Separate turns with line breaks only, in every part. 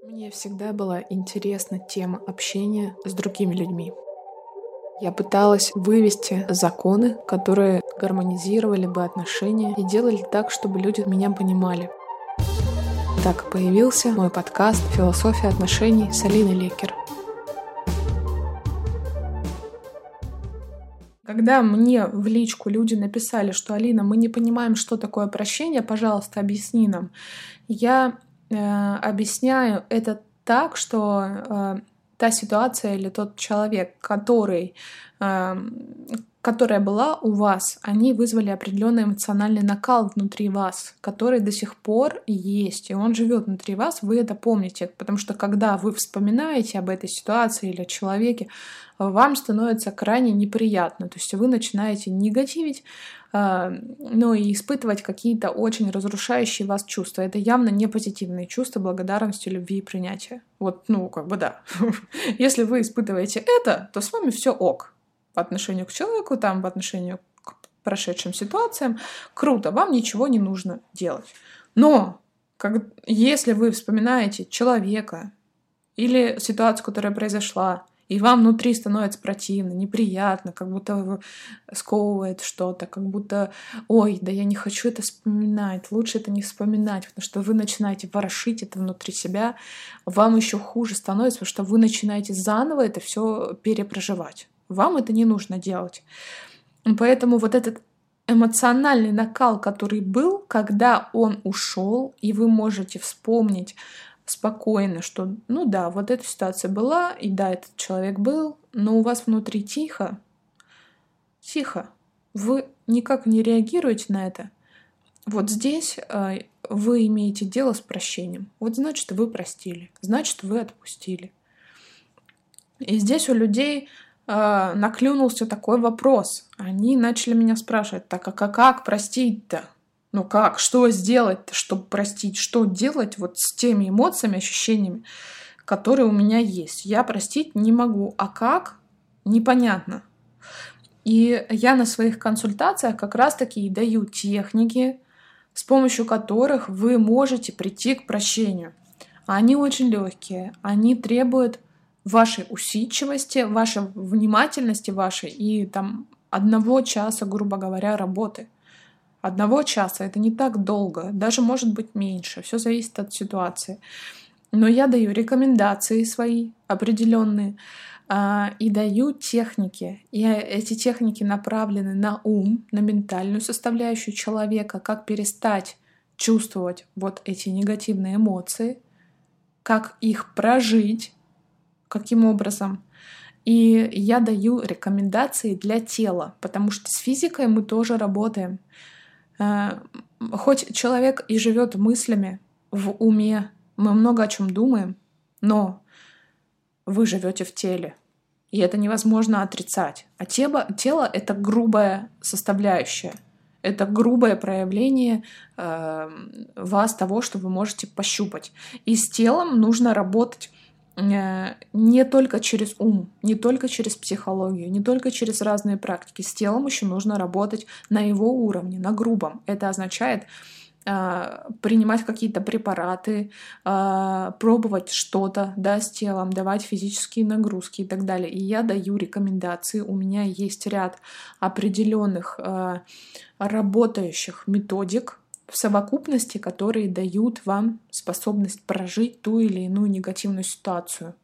Мне всегда была интересна тема общения с другими людьми. Я пыталась вывести законы, которые гармонизировали бы отношения и делали так, чтобы люди меня понимали. Так появился мой подкаст «Философия отношений» с Алиной Лекер. Когда мне в личку люди написали, что «Алина, мы не понимаем, что такое прощение, пожалуйста, объясни нам», я объясняю это так, что та ситуация или тот человек, которая была у вас, они вызвали определенный эмоциональный накал внутри вас, который до сих пор есть, и он живет внутри вас, вы это помните, потому что когда вы вспоминаете об этой ситуации или о человеке, вам становится крайне неприятно, то есть вы начинаете негативить, но и испытывать какие-то очень разрушающие вас чувства. Это явно не позитивные чувства благодарности, любви и принятия. Вот, да. Если вы испытываете это, то с вами все ок. По отношению к человеку, по отношению к прошедшим ситуациям. Круто, вам ничего не нужно делать. Но если вы вспоминаете человека или ситуацию, которая произошла, и вам внутри становится противно, неприятно, как будто сковывает что-то, как будто «Ой, да я не хочу это вспоминать, лучше это не вспоминать», потому что вы начинаете ворошить это внутри себя, вам еще хуже становится, потому что вы начинаете заново это все перепроживать. Вам это не нужно делать. Поэтому вот этот эмоциональный накал, который был, когда он ушел, и вы можете вспомнить спокойно, что вот эта ситуация была, и да, этот человек был, но у вас внутри тихо, вы никак не реагируете на это. Вот здесь вы имеете дело с прощением. Вот значит, вы простили, значит, вы отпустили. И здесь у людей наклюнулся такой вопрос. Они начали меня спрашивать, так, а как простить-то? Как? Что сделать-то, чтобы простить? Что делать вот с теми эмоциями, ощущениями, которые у меня есть? Я простить не могу. А как? Непонятно. И я на своих консультациях как раз-таки и даю техники, с помощью которых вы можете прийти к прощению. Они очень легкие. Они требуют вашей усидчивости, вашей внимательности вашей и 1 часа, грубо говоря, работы. 1 часа — это не так долго, даже может быть меньше, все зависит от ситуации. Но я даю рекомендации свои определенные и даю техники. И эти техники направлены на ум, на ментальную составляющую человека, как перестать чувствовать вот эти негативные эмоции, как их прожить, каким образом. И я даю рекомендации для тела, потому что с физикой мы тоже работаем. Хоть человек и живет мыслями в уме, мы много о чем думаем, но вы живете в теле, и это невозможно отрицать. А тело — это грубая составляющая, это грубое проявление вас, того, что вы можете пощупать. И с телом нужно работать не только через ум, не только через психологию, не только через разные практики. С телом еще нужно работать на его уровне, на грубом. Это означает принимать какие-то препараты, пробовать что-то, с телом, давать физические нагрузки и так далее. И я даю рекомендации. У меня есть ряд определенных работающих методик, в совокупности, которые дают вам способность прожить ту или иную негативную ситуацию.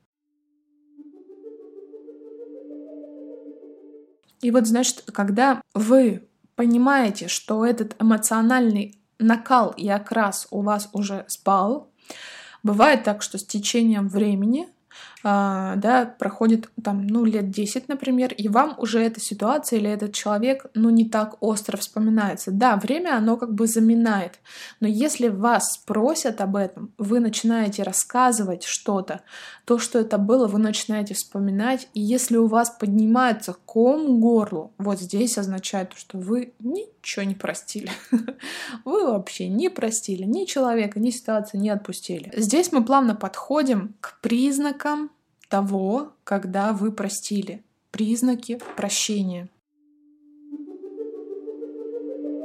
И вот, значит, когда вы понимаете, что этот эмоциональный накал и окрас у вас уже спал, бывает так, что с течением времени проходит лет 10, например, и вам уже эта ситуация или этот человек не так остро вспоминается. Да, время оно как бы заминает, но если вас спросят об этом, вы начинаете рассказывать что-то, то, что это было, вы начинаете вспоминать, и если у вас поднимается ком к горлу, вот здесь означает, что вы ничего не простили. Вы вообще не простили ни человека, ни ситуацию, не отпустили. Здесь мы плавно подходим к признакам того, когда вы простили. Признаки прощения.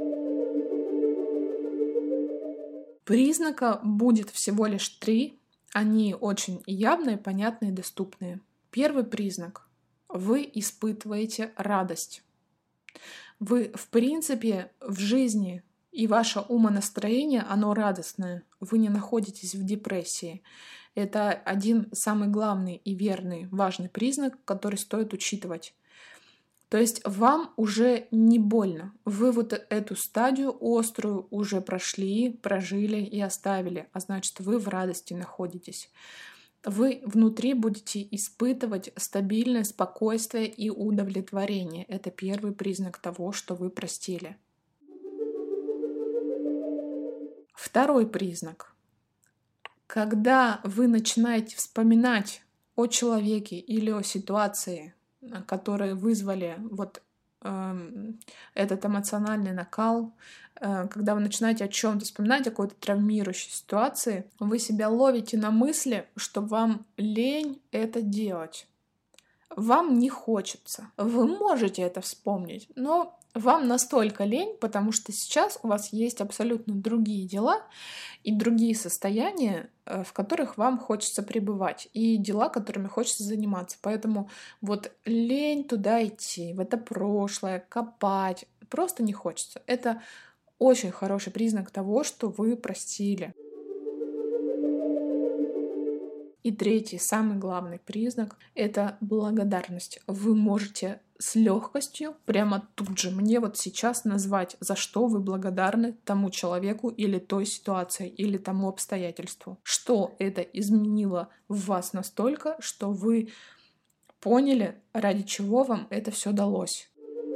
Признака будет всего лишь 3. Они очень явные, понятные, доступные. Первый признак. Вы испытываете радость. Вы, в принципе, в жизни и ваше умонастроение, оно радостное. Вы не находитесь в депрессии. Это один самый главный и верный, важный признак, который стоит учитывать. То есть вам уже не больно. Вы вот эту стадию острую уже прошли, прожили и оставили. А значит, вы в радости находитесь. Вы внутри будете испытывать стабильное спокойствие и удовлетворение. Это первый признак того, что вы простили. Второй признак. Когда вы начинаете вспоминать о человеке или о ситуации, которые вызвали этот эмоциональный накал, когда вы начинаете о чем-то вспоминать, о какой-то травмирующей ситуации, вы себя ловите на мысли, что вам лень это делать. Вам не хочется. Вы можете это вспомнить, но вам настолько лень, потому что сейчас у вас есть абсолютно другие дела и другие состояния, в которых вам хочется пребывать, и дела, которыми хочется заниматься. Поэтому вот лень туда идти, в это прошлое, копать, просто не хочется. Это очень хороший признак того, что вы простили. И третий, самый главный признак — это благодарность. Вы можете с легкостью прямо тут же мне вот сейчас назвать, за что вы благодарны тому человеку или той ситуации, или тому обстоятельству. Что это изменило в вас настолько, что вы поняли, ради чего вам это все далось.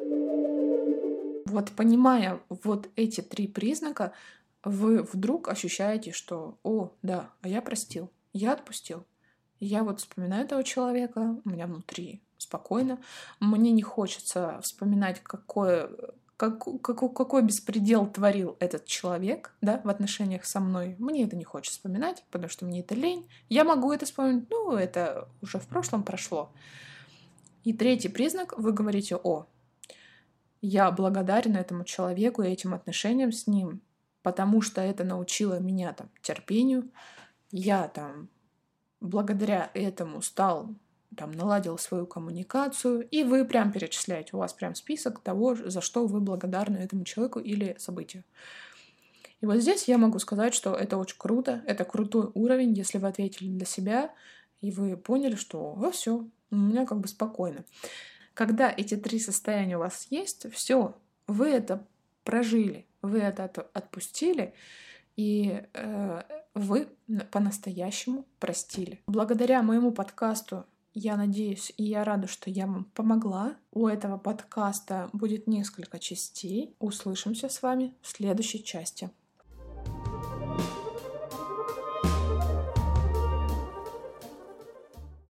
Вот понимая вот эти три признака, вы вдруг ощущаете, что «О, да, а я простил». Я отпустил. Я вот вспоминаю этого человека, у меня внутри спокойно. Мне не хочется вспоминать, какой беспредел творил этот человек, да, в отношениях со мной. Мне это не хочется вспоминать, потому что мне это лень. Я могу это вспомнить, это уже в прошлом прошло. И третий признак, вы говорите: «О, я благодарен этому человеку и этим отношениям с ним, потому что это научило меня терпению. Я благодаря этому наладил свою коммуникацию», и вы прям перечисляете, у вас прям список того, за что вы благодарны этому человеку или событию. И вот здесь я могу сказать, что это очень круто, это крутой уровень, если вы ответили для себя, и вы поняли, что все, у меня спокойно. Когда эти три состояния у вас есть, все, вы это прожили, вы это отпустили, и вы по-настоящему простили. Благодаря моему подкасту, я надеюсь, и я рада, что я вам помогла. У этого подкаста будет несколько частей. Услышимся с вами в следующей части.